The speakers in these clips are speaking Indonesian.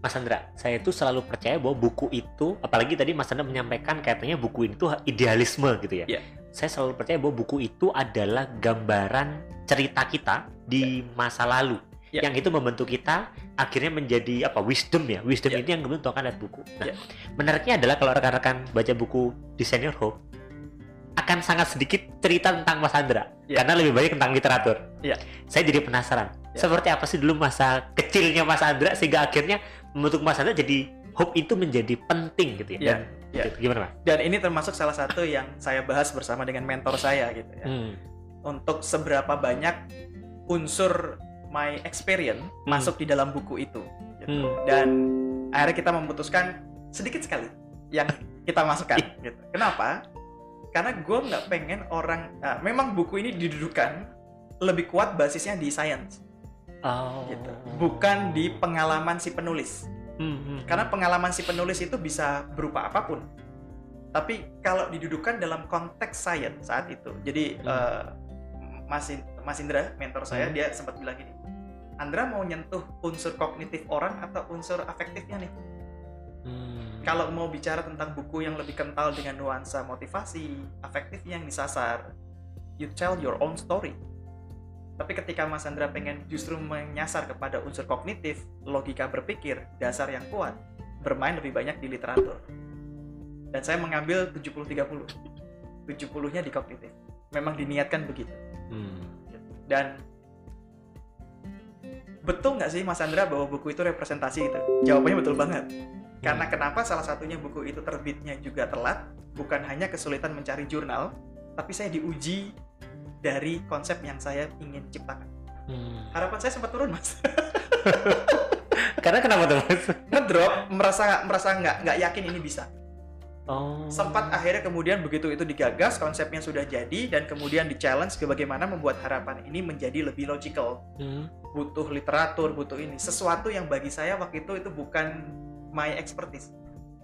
Mas Andra, saya itu selalu percaya bahwa buku itu, apalagi tadi Mas Andra menyampaikan katanya buku itu idealisme gitu ya. Yeah. Saya selalu percaya bahwa buku itu adalah gambaran cerita kita di masa lalu. Yeah. Yang itu membentuk kita akhirnya menjadi wisdom ya. Wisdom Yeah. itu yang kemudian dituangkan dari buku. Nah, Yeah. menariknya adalah kalau rekan-rekan baca buku Design Your Hope, akan sangat sedikit cerita tentang Mas Andra. Yeah. Karena lebih banyak tentang literatur. Yeah. Saya jadi penasaran. Yeah. Seperti apa sih dulu masa kecilnya Mas Andra sehingga akhirnya membentuk Mas Andra jadi hope itu menjadi penting gitu ya. Yeah. Dan gimana Mas? Dan ini termasuk salah satu yang saya bahas bersama dengan mentor saya gitu ya. Untuk seberapa banyak unsur my experience masuk di dalam buku itu gitu. Dan akhirnya kita memutuskan sedikit sekali yang kita masukkan gitu. Kenapa? Karena gue nggak pengen orang, memang buku ini didudukan lebih kuat basisnya di science, gitu. Bukan di pengalaman si penulis. Karena pengalaman si penulis itu bisa berupa apapun. Tapi kalau didudukan dalam konteks science saat itu, jadi Mas Indra, mentor saya, dia sempat bilang gini, Andra mau nyentuh unsur kognitif orang atau unsur afektifnya nih? Kalau mau bicara tentang buku yang lebih kental dengan nuansa motivasi, afektifnya yang disasar, you tell your own story. Tapi ketika Mas Andra pengen justru menyasar kepada unsur kognitif, logika berpikir, dasar yang kuat, bermain lebih banyak di literatur. Dan saya mengambil 70-30. 70-nya di kognitif. Memang diniatkan begitu. Dan betul nggak sih Mas Andra bahwa buku itu representasi gitu? Jawabannya betul banget. Karena kenapa salah satunya buku itu terbitnya juga telat, bukan hanya kesulitan mencari jurnal, tapi saya diuji dari konsep yang saya ingin ciptakan. Harapan saya sempat turun, Mas. Karena kenapa tuh Mas? Ngedrop, merasa nggak yakin ini bisa. Sempat akhirnya kemudian begitu itu digagas, konsepnya sudah jadi, dan kemudian di-challenge ke bagaimana membuat harapan ini menjadi lebih logical. Butuh literatur, butuh ini. Sesuatu yang bagi saya waktu itu bukan my expertise.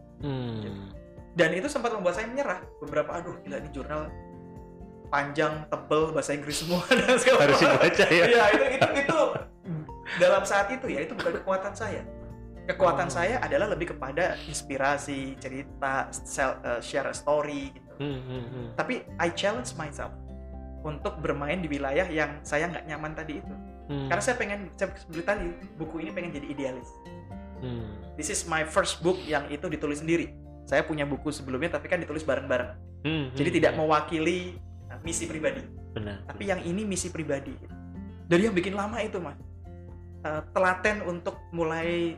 Dan itu sempat membuat saya menyerah. Beberapa, gila ini jurnal panjang, tebel, bahasa Inggris semua dan segala harus dibaca ya. Iya, itu dalam saat itu ya, itu bukan kekuatan saya. Kekuatan saya adalah lebih kepada inspirasi, cerita, share a story gitu. Tapi I challenge myself untuk bermain di wilayah yang saya nggak nyaman tadi itu. Karena saya seperti tadi, buku ini pengen jadi idealis. This is my first book yang itu ditulis sendiri. Saya punya buku sebelumnya tapi kan ditulis bareng-bareng. Jadi tidak mewakili misi pribadi. Benar. Tapi yang ini misi pribadi. Dari yang bikin lama itu, Mas. Telaten untuk mulai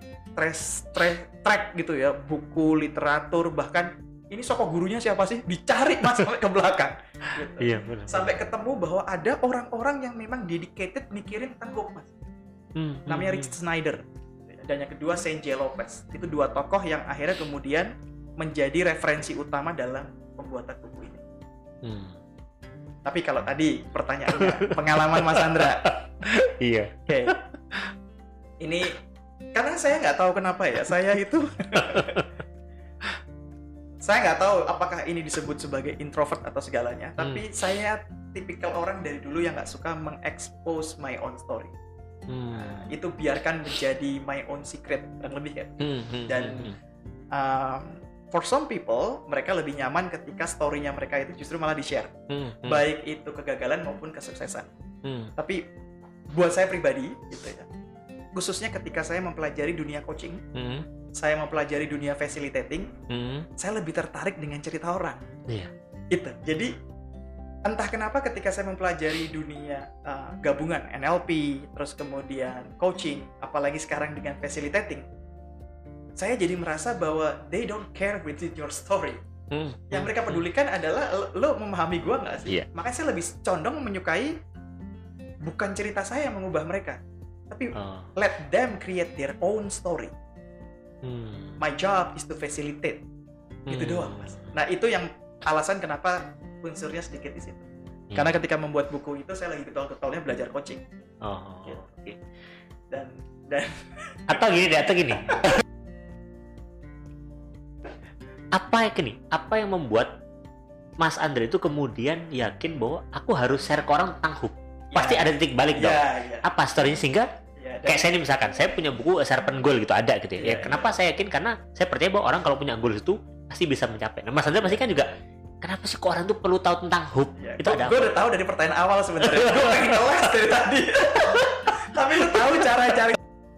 track gitu ya, buku literatur, bahkan ini sosok gurunya siapa sih, dicari Mas sampai ke belakang gitu. Iya, benar. Sampai ketemu bahwa ada orang-orang yang memang dedicated mikirin tentang hope, Mas. Namanya Richard Snyder, dan yang kedua Saint J. Lopez. Itu dua tokoh yang akhirnya kemudian menjadi referensi utama dalam pembuatan buku ini. Tapi kalau tadi pertanyaannya pengalaman Mas Andra, iya. Oke. Ini karena saya nggak tahu kenapa ya, saya itu saya nggak tahu apakah ini disebut sebagai introvert atau segalanya, tapi saya tipikal orang dari dulu yang nggak suka mengekspos my own story. Itu biarkan menjadi my own secret, kurang lebih kan. Dan for some people, mereka lebih nyaman ketika story-nya mereka itu justru malah di-share, baik itu kegagalan maupun kesuksesan. Tapi buat saya pribadi, gitu ya, khususnya ketika saya mempelajari dunia coaching, saya mempelajari dunia facilitating, saya lebih tertarik dengan cerita orang. Itu. Jadi entah kenapa ketika saya mempelajari dunia gabungan NLP, terus kemudian coaching, apalagi sekarang dengan facilitating, saya jadi merasa bahwa they don't care with your story. Yang mereka pedulikan adalah lo memahami gue nggak sih? Makanya saya lebih condong menyukai bukan cerita saya yang mengubah mereka, tapi let them create their own story. My job is to facilitate. Itu doang, Mas. Nah, itu yang alasan kenapa unsurnya sedikit di situ. Karena ketika membuat buku itu saya lagi getol-getolnya belajar coaching. Gitu. Okay. Dan atau gini. Apa yang membuat Mas Andra itu kemudian yakin bahwa aku harus share ke orang tentang hope? Pasti ada titik balik dong. Apa story-nya sehingga Kayak saya nih misalkan, saya punya buku Serpent Goal gitu, ada gitu ya. Kenapa saya yakin? Karena saya percaya bahwa orang kalau punya goal itu pasti bisa mencapai. Nah, Mas Andra pasti kan juga, kenapa sih kok orang tuh perlu tahu tentang hope? Itu ada. Gue udah tahu dari pertanyaan awal sebenarnya. Gue pengen ngeles dari tadi. Tapi lu tahu cara-cara.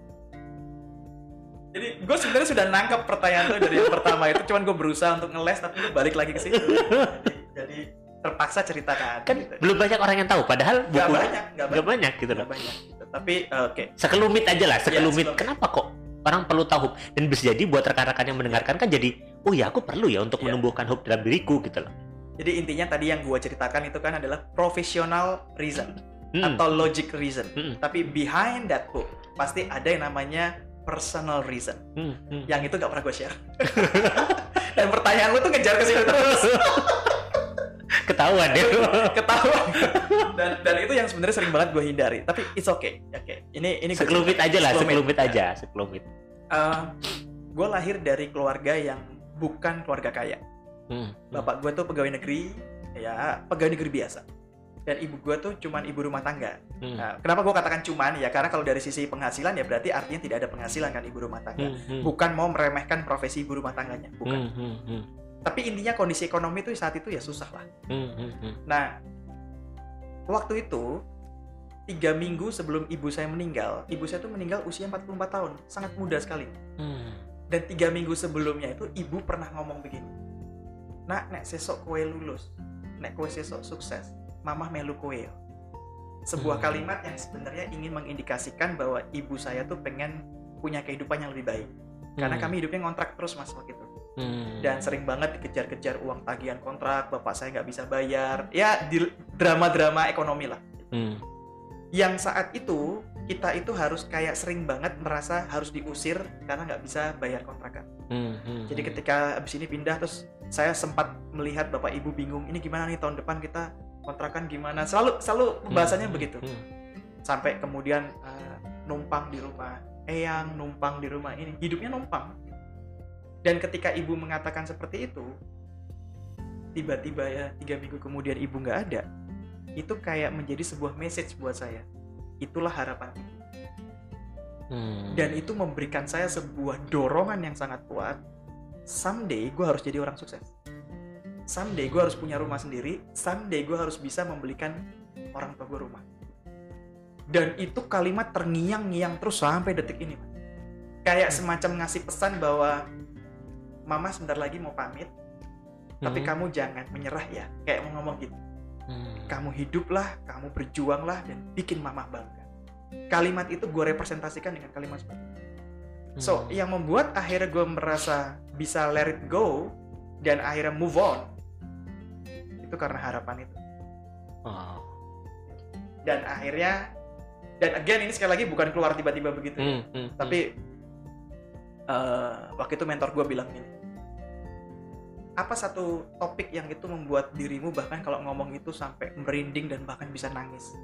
Jadi gue sebenarnya sudah nangkep pertanyaan lu dari yang pertama itu, cuman gue berusaha untuk ngeles tapi lu balik lagi ke situ. Jadi terpaksa ceritakan. Kan gitu. belum banyak orang yang tahu, padahal buku nggak banyak gitu loh. Gitu. Tapi oke. Sekelumit aja lah, sekelumit. Kenapa kok orang perlu tahu hope? Dan bisa jadi buat rekan-rekan yang mendengarkan kan jadi, oh ya aku perlu ya untuk menumbuhkan hope dalam diriku gitu loh. Jadi intinya tadi yang gue ceritakan itu kan adalah professional reason atau logic reason. Tapi behind that hope pasti ada yang namanya personal reason. Yang itu gak pernah gue share. Dan pertanyaan lu tuh ngejar ke situ terus. Ketahuan deh. Ketahuan. Dan itu yang sebenarnya sering banget gue hindari. Tapi it's okay. Oke. Ini sekelumit aja lah, sekelumit. Gue lahir dari keluarga yang bukan keluarga kaya. Bapak gue tuh pegawai negeri, ya pegawai negeri biasa. Dan ibu gue tuh cuman ibu rumah tangga. Nah, kenapa gue katakan cuman? Ya karena kalau dari sisi penghasilan ya berarti artinya tidak ada penghasilan kan ibu rumah tangga. Bukan mau meremehkan profesi ibu rumah tangganya, bukan. Tapi intinya kondisi ekonomi itu saat itu ya susah lah. Nah, waktu itu 3 minggu sebelum ibu saya meninggal, ibu saya tuh meninggal usia 44 tahun, sangat muda sekali. Dan 3 minggu sebelumnya itu ibu pernah ngomong begini, nak nek sesok kowe lulus, nek kowe sesok sukses, mamah melu kowe. Sebuah kalimat yang sebenarnya ingin mengindikasikan bahwa ibu saya tuh pengen punya kehidupan yang lebih baik. Karena kami hidupnya ngontrak terus mas waktu itu. Dan sering banget dikejar-kejar uang tagihan kontrak, bapak saya nggak bisa bayar. Ya drama-drama ekonomi lah. Yang saat itu kita itu harus kayak sering banget merasa harus diusir karena nggak bisa bayar kontrakan. Jadi ketika abis ini pindah terus saya sempat melihat bapak ibu bingung, ini gimana nih tahun depan kita kontrakan gimana, selalu pembahasannya begitu. Sampai kemudian numpang di rumah eyang, numpang di rumah ini, hidupnya numpang. Dan ketika ibu mengatakan seperti itu, tiba-tiba ya 3 minggu kemudian ibu nggak ada, itu kayak menjadi sebuah message buat saya. Itulah harapan ibu. Dan itu memberikan saya sebuah dorongan yang sangat kuat. Someday gue harus jadi orang sukses. Someday gue harus punya rumah sendiri. Someday gue harus bisa membelikan orang tua gue rumah. Dan itu kalimat terngiang-ngiang terus sampai detik ini. Kayak semacam ngasih pesan bahwa mama sebentar lagi mau pamit, tapi kamu jangan menyerah ya. Kayak mau ngomong gitu. Kamu hiduplah, kamu berjuanglah dan bikin mama bangga. Kalimat itu gue representasikan dengan kalimat seperti itu. So, yang membuat akhirnya gue merasa bisa let it go dan akhirnya move on, itu karena harapan itu. Dan akhirnya, dan again ini sekali lagi bukan keluar tiba-tiba begitu tapi waktu itu mentor gue bilang gini, apa satu topik yang itu membuat dirimu bahkan kalau ngomong itu sampai merinding dan bahkan bisa nangis?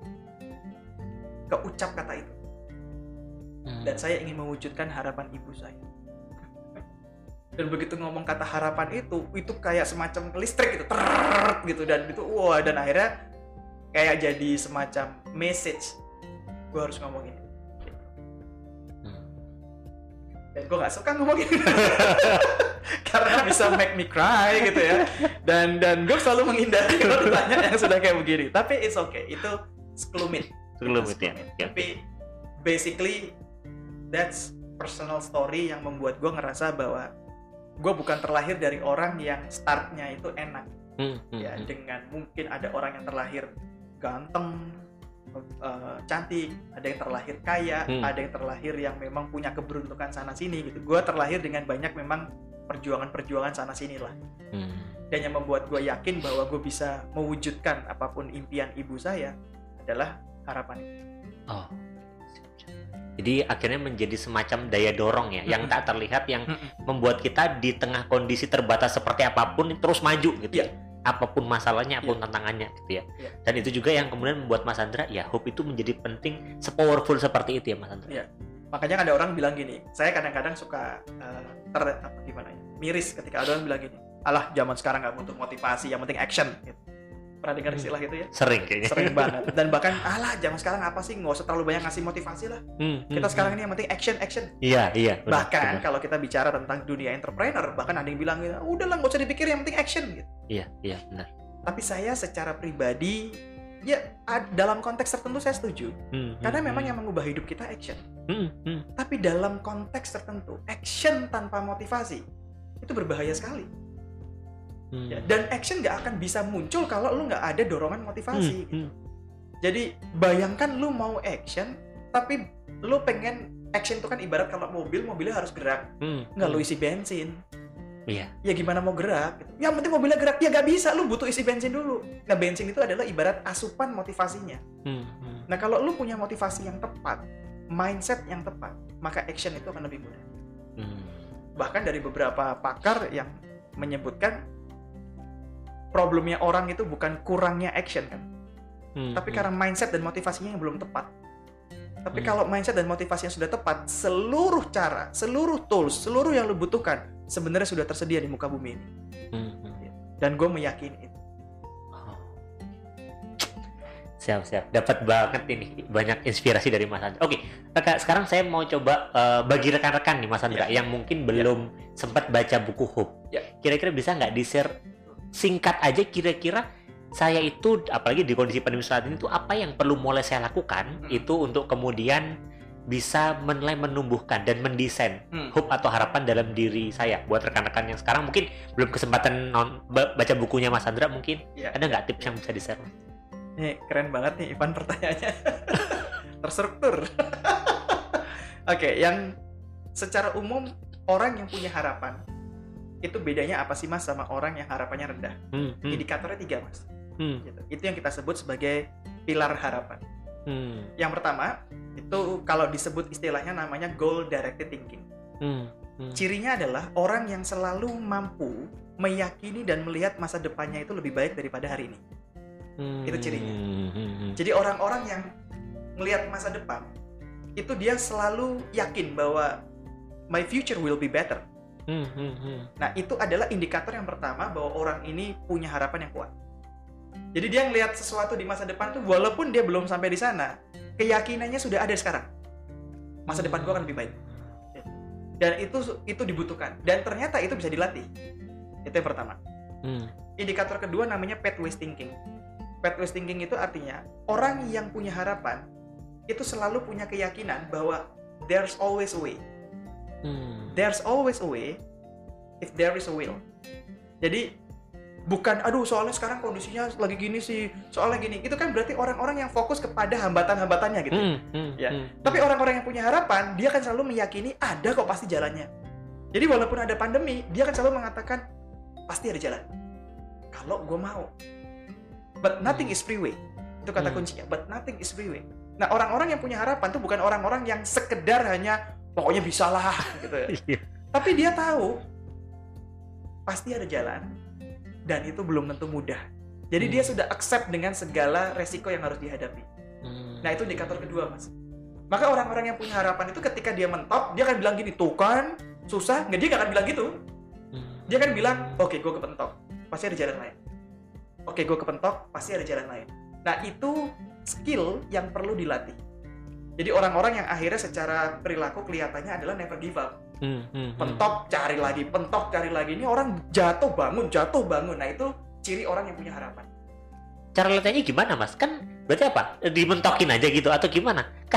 Keucap kata itu. Dan saya ingin mewujudkan harapan ibu saya. Dan begitu ngomong kata harapan itu kayak semacam listrik gitu, gitu, dan itu dan akhirnya kayak jadi semacam message, gue harus ngomongin itu. Dan gue nggak suka ngomongin karena bisa make me cry gitu ya. Dan gue selalu menghindari kalau ditanya yang sudah kayak begini. Tapi it's okay, itu sekelumit ya. Tapi basically that's personal story yang membuat gue ngerasa bahwa gue bukan terlahir dari orang yang startnya itu enak. Ya dengan mungkin ada orang yang terlahir ganteng, cantik, ada yang terlahir kaya, ada yang terlahir yang memang punya keberuntungan sana sini gitu. Gue terlahir dengan banyak memang perjuangan sana sini lah. Dan yang membuat gue yakin bahwa gue bisa mewujudkan apapun impian ibu saya adalah harapan itu. Jadi akhirnya menjadi semacam daya dorong ya, yang tak terlihat, yang membuat kita di tengah kondisi terbatas seperti apapun terus maju gitu ya. Apapun masalahnya, apapun tantangannya gitu ya. Dan itu juga yang kemudian membuat Mas Andra, ya hope itu menjadi penting, sepowerful seperti itu ya Mas Andra. Makanya ada orang bilang gini, saya kadang-kadang suka miris ketika ada orang bilang gini, alah zaman sekarang nggak butuh motivasi, yang penting action gitu. Pernah dengar istilah itu ya? Sering kayaknya. Sering banget. Dan bahkan zaman sekarang apa sih, nggak usah terlalu banyak ngasih motivasi lah. Kita sekarang ini yang penting action. Iya. Bahkan kalau kita bicara tentang dunia entrepreneur, bahkan ada yang bilang, udahlah nggak usah dipikir, yang penting action gitu. Iya benar. Tapi saya secara pribadi, ya dalam konteks tertentu saya setuju. Karena memang yang mengubah hidup kita action. Tapi dalam konteks tertentu, action tanpa motivasi itu berbahaya sekali. Ya, dan action nggak akan bisa muncul kalau lu nggak ada dorongan motivasi. Gitu. Jadi bayangkan lu mau action, tapi lu pengen action itu kan ibarat kalau mobilnya harus gerak, nggak lu isi bensin. Iya. Ya gimana mau gerak? Gitu. Yang penting mobilnya gerak, ya nggak bisa, lu butuh isi bensin dulu. Nah bensin itu adalah ibarat asupan motivasinya. Nah kalau lu punya motivasi yang tepat, mindset yang tepat, maka action itu akan lebih mudah. Bahkan dari beberapa pakar yang menyebutkan problemnya orang itu bukan kurangnya action kan, tapi karena mindset dan motivasinya yang belum tepat. Tapi kalau mindset dan motivasinya sudah tepat, seluruh cara, seluruh tools, seluruh yang lo butuhkan sebenarnya sudah tersedia di muka bumi ini. Dan gue meyakini itu. Siap. Dapat banget ini, banyak inspirasi dari Mas Andra. Oke, sekarang saya mau coba bagi rekan-rekan nih Mas Andra yang mungkin belum sempat baca buku Hope. Kira-kira bisa nggak di-share singkat aja, kira-kira saya itu apalagi di kondisi pandemi saat ini tuh apa yang perlu mulai saya lakukan itu untuk kemudian bisa menumbuhkan dan mendesain hope atau harapan dalam diri saya. Buat rekan-rekan yang sekarang mungkin belum kesempatan baca bukunya Mas Andra, mungkin ada nggak tips yang bisa di-share? Nih keren banget nih Ivan pertanyaannya. Terstruktur. Oke, yang secara umum orang yang punya harapan itu bedanya apa sih Mas sama orang yang harapannya rendah? Indikatornya 3 Mas. Gitu. Itu yang kita sebut sebagai pilar harapan. Yang pertama itu kalau disebut istilahnya namanya goal directed thinking. Cirinya adalah orang yang selalu mampu meyakini dan melihat masa depannya itu lebih baik daripada hari ini. Itu cirinya. Jadi orang-orang yang melihat masa depan itu dia selalu yakin bahwa my future will be better. Nah itu adalah indikator yang pertama bahwa orang ini punya harapan yang kuat. Jadi dia ngelihat sesuatu di masa depan tuh walaupun dia belum sampai di sana, keyakinannya sudah ada sekarang. Masa depan gua akan lebih baik. Dan itu dibutuhkan. Dan ternyata itu bisa dilatih. Itu yang pertama. Indikator kedua namanya pathways thinking. Pathways thinking itu artinya orang yang punya harapan itu selalu punya keyakinan bahwa there's always a way. There's always a way if there is a will. Jadi bukan soalnya sekarang kondisinya lagi gini sih, soalnya gini. Itu kan berarti orang-orang yang fokus kepada hambatan-hambatannya gitu. Tapi orang-orang yang punya harapan, dia akan selalu meyakini ada kok pasti jalannya. Jadi walaupun ada pandemi, dia akan selalu mengatakan pasti ada jalan. Kalau gue mau. But nothing is free way. Itu kata kuncinya. But nothing is free way. Nah, orang-orang yang punya harapan itu bukan orang-orang yang sekedar hanya pokoknya bisalah gitu ya. Tapi dia tahu pasti ada jalan dan itu belum tentu mudah. Jadi dia sudah accept dengan segala resiko yang harus dihadapi. Nah, itu indikator kedua, Mas. Maka orang-orang yang punya harapan itu ketika dia mentok, dia akan bilang gini, tuh kan susah. Dia gak akan bilang gitu. Dia akan bilang, oke, gue kepentok, pasti ada jalan lain. Oke, gue kepentok, pasti ada jalan lain. Nah, itu skill yang perlu dilatih. Jadi orang-orang yang akhirnya secara perilaku kelihatannya adalah never give up. Pentok, cari lagi. Ini orang jatuh bangun. Nah, itu ciri orang yang punya harapan. Cara latihannya gimana, Mas? Kan berarti apa? Dimentokin aja gitu atau gimana? Kan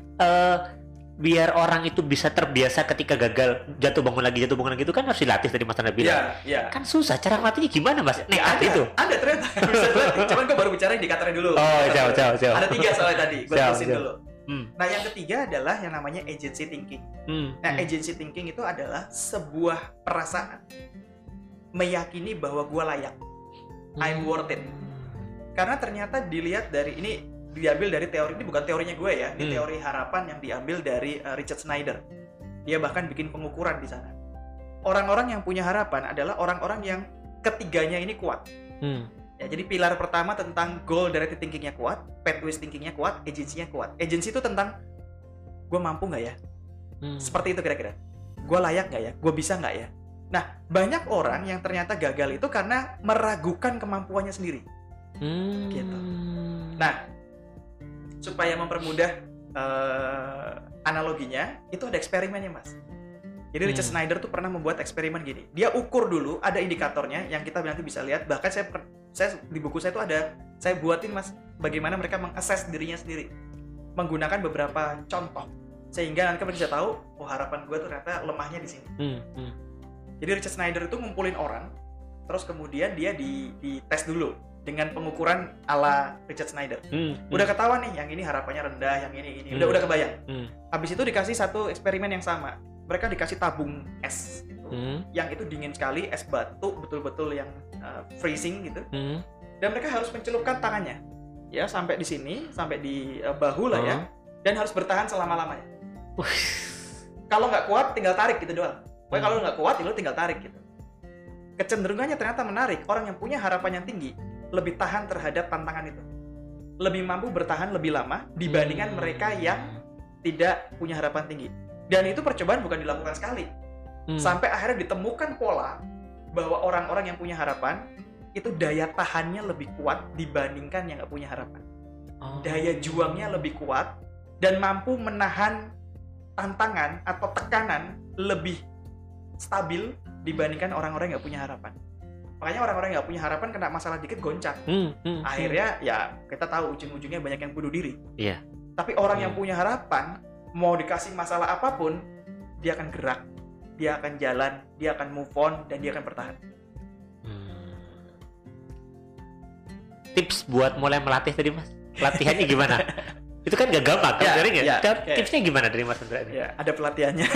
biar orang itu bisa terbiasa ketika gagal jatuh bangun lagi itu kan harus dilatih tadi Mas Andra bilang. Kan susah. Cara latihnya gimana, Mas? Ada ternyata bisa dilatih. Cuman gue baru bicara indikatornya dulu. Jauh. Ada 3 soalnya tadi. Gue terusin dulu. Nah, yang ketiga adalah yang namanya agency thinking. Agency thinking itu adalah sebuah perasaan meyakini bahwa gue layak. I'm worth it. Karena ternyata dilihat dari ini diambil dari teori, ini bukan teorinya gue ya, ini teori harapan yang diambil dari Richard Snyder. Dia bahkan bikin pengukuran di sana. Orang-orang yang punya harapan adalah orang-orang yang ketiganya ini kuat. Ya, jadi pilar pertama tentang goal directed thinkingnya kuat, pathways thinkingnya kuat, agency-nya kuat. Agency itu tentang gue mampu nggak ya? Seperti itu kira-kira. Gue layak nggak ya? Gue bisa nggak ya? Nah, banyak orang yang ternyata gagal itu karena meragukan kemampuannya sendiri. Gitu. Nah, supaya mempermudah analoginya, itu ada eksperimennya, Mas. Jadi Richard Snyder tuh pernah membuat eksperimen gini. Dia ukur dulu, ada indikatornya yang kita nanti bisa lihat. Bahkan saya di buku saya tuh ada, saya buatin, Mas, bagaimana mereka mengakses dirinya sendiri menggunakan beberapa contoh, sehingga nanti kita bisa tahu, oh harapan gue tuh ternyata lemahnya di sini. Jadi Richard Snyder itu ngumpulin orang, terus kemudian dia di tes dulu dengan pengukuran ala Richard Snyder. Udah ketahuan nih, yang ini harapannya rendah, yang ini udah kebayang. Habis itu dikasih satu eksperimen yang sama. Mereka dikasih tabung es gitu, yang itu dingin sekali, es batu betul-betul yang freezing gitu. Dan mereka harus mencelupkan tangannya, ya sampai di sini, sampai di bahu lah ya, dan harus bertahan selama-lamanya. Kalau nggak kuat, tinggal tarik gitu doang. Pokoknya kalau nggak kuat, ya lo tinggal tarik gitu. Kecenderungannya ternyata menarik. Orang yang punya harapan yang tinggi lebih tahan terhadap tantangan itu, lebih mampu bertahan lebih lama dibandingkan mereka yang tidak punya harapan tinggi. Dan itu percobaan bukan dilakukan sekali, sampai akhirnya ditemukan pola bahwa orang-orang yang punya harapan itu daya tahannya lebih kuat dibandingkan yang nggak punya harapan. Daya juangnya lebih kuat dan mampu menahan tantangan atau tekanan lebih stabil dibandingkan orang-orang yang nggak punya harapan. Makanya orang-orang yang nggak punya harapan kena masalah dikit goncang. Akhirnya ya kita tahu ujung-ujungnya banyak yang bunuh diri. Tapi orang yang punya harapan, mau dikasih masalah apapun, dia akan gerak, dia akan jalan, dia akan move on, dan dia akan bertahan. Tips buat mulai melatih tadi, Mas, latihannya gimana? Itu kan gak gampang kan sebenarnya ya? Tipsnya gimana dari Mas Andra ini? Ya, ada pelatihannya.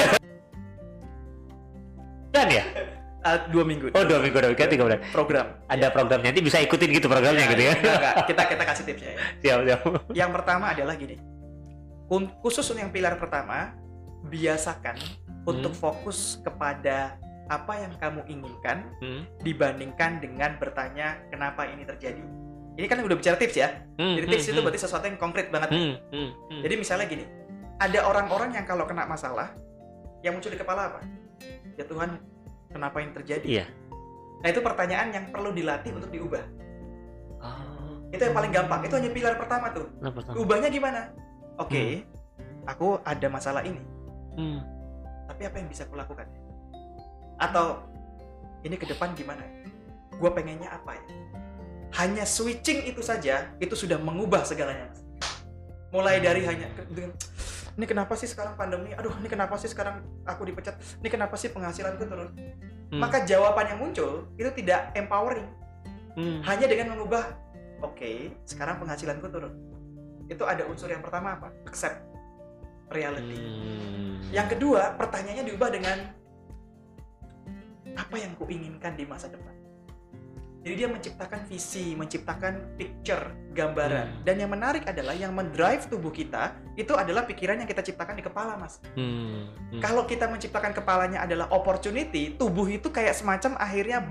Kan ya? 2 minggu. Oh, 2 minggu, 3 bulan. Program. Ada programnya, nanti bisa ikutin gitu programnya gitu ya? Enggak. Kita kasih tipsnya ya. Siap. Yang pertama adalah gini. Khusus untuk yang pilar pertama, biasakan untuk fokus kepada apa yang kamu inginkan dibandingkan dengan bertanya kenapa ini terjadi. Ini kan udah bicara tips ya. Jadi tips itu berarti sesuatu yang konkret banget. Jadi misalnya gini, ada orang-orang yang kalau kena masalah, yang muncul di kepala apa? Ya Tuhan, kenapa ini terjadi? Iya. Nah itu pertanyaan yang perlu dilatih untuk diubah. Itu yang paling gampang. Itu hanya pilar pertama tuh. Ubahnya gimana? Oke, aku ada masalah ini. Tapi apa yang bisa aku lakukan? Atau ini ke depan gimana? Gue pengennya apa ya? Hanya switching itu saja, itu sudah mengubah segalanya. Mulai dari hanya ini kenapa sih sekarang pandemi? Aduh, ini kenapa sih sekarang aku dipecat? Ini kenapa sih penghasilanku turun? Maka jawaban yang muncul itu tidak empowering. Hanya dengan mengubah, oke, sekarang penghasilanku turun. Itu ada unsur yang pertama apa? Accept reality. Yang kedua, pertanyaannya diubah dengan apa yang kuinginkan di masa depan. Jadi dia menciptakan visi, menciptakan picture, gambaran. Dan yang menarik adalah yang mendrive tubuh kita itu adalah pikiran yang kita ciptakan di kepala, Mas. Kalau kita menciptakan kepalanya adalah opportunity, tubuh itu kayak semacam akhirnya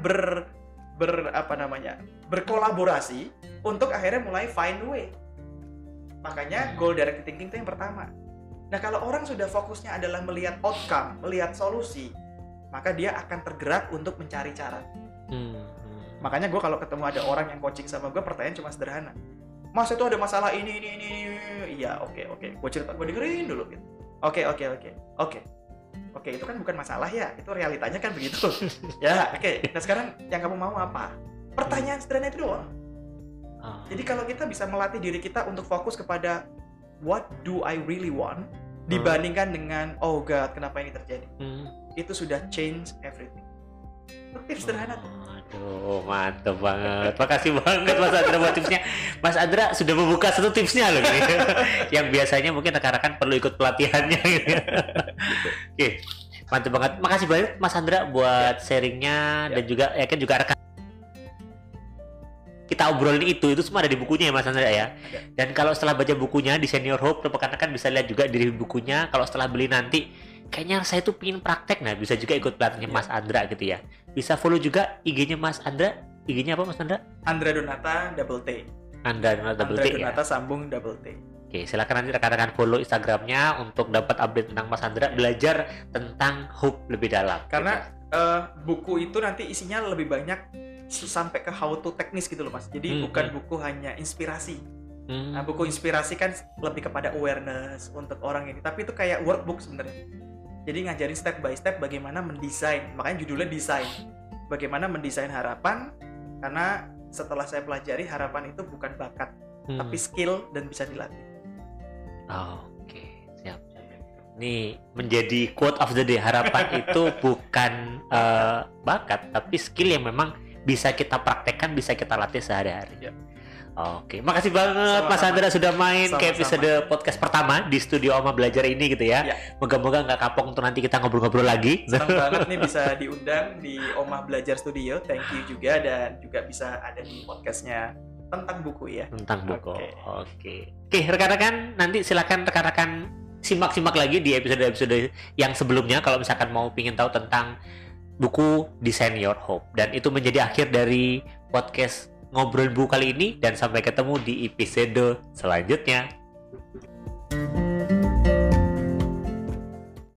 berkolaborasi untuk akhirnya mulai find way. Makanya goal directed thinking itu yang pertama. Nah, kalau orang sudah fokusnya adalah melihat outcome, melihat solusi, maka dia akan tergerak untuk mencari cara. Makanya gue kalau ketemu ada orang yang coaching sama gue, pertanyaan cuma sederhana. Mas, itu ada masalah ini. Iya, oke. Gue cerita, gue dengerin dulu gitu. Oke, itu kan bukan masalah ya, itu realitanya kan begitu. Ya, oke. Nah sekarang yang kamu mau apa? Pertanyaan sederhana itu doang. Jadi kalau kita bisa melatih diri kita untuk fokus kepada what do I really want dibandingkan dengan oh God, kenapa ini terjadi? Itu sudah change everything. Tips sederhana tuh. Aduh, mantap banget. Makasih banget Mas Andra buat tipsnya. Mas Andra sudah membuka satu tipsnya loh gitu. Yang biasanya mungkin rekan-rekan perlu ikut pelatihannya gitu. Oke. Mantap banget. Makasih banget Mas Andra buat sharingnya dan juga yakin juga rekan kita obrolin itu semua ada di bukunya ya Mas Andra ya. Dan kalau setelah baca bukunya di Senior Hope, rekan-rekan bisa lihat juga di bukunya. Kalau setelah beli nanti kayaknya saya tuh pingin praktek, nah bisa juga ikut pelatihannya Mas Andra gitu ya. Bisa follow juga IG-nya Mas Andra. IG-nya apa Mas Andra? Andra Donata double T. Andra Donata sambung double T. Oke, silakan nanti rekan-rekan follow Instagramnya untuk dapat update tentang Mas Andra, belajar tentang Hope lebih dalam. Karena buku itu nanti isinya lebih banyak sampai ke how to teknis gitu loh Mas. Jadi bukan buku hanya inspirasi. Nah, buku inspirasi kan lebih kepada awareness untuk orang ini, tapi itu kayak workbook sebenarnya. Jadi ngajarin step by step bagaimana mendesain, makanya judulnya desain. Bagaimana mendesain harapan, karena setelah saya pelajari harapan itu bukan bakat, tapi skill dan bisa dilatih. Oke, siap. Ini menjadi quote of the day, harapan itu bukan bakat, tapi skill yang memang bisa kita praktekkan, bisa kita latih sehari-hari. Oke, makasih banget Mas Andra sudah main ke episode podcast pertama di studio Oma Belajar ini gitu ya. Moga-moga nggak kapok untuk nanti kita ngobrol-ngobrol lagi. Senang banget nih bisa diundang di Oma Belajar Studio. Thank you juga, dan juga bisa ada di podcastnya tentang buku ya. Tentang buku. Oke, rekan-rekan, nanti silakan rekan-rekan simak-simak lagi di episode-episode yang sebelumnya kalau misalkan mau pingin tahu tentang buku Design Your Hope. Dan itu menjadi akhir dari podcast Ngobrol Buku kali ini, dan sampai ketemu di episode selanjutnya.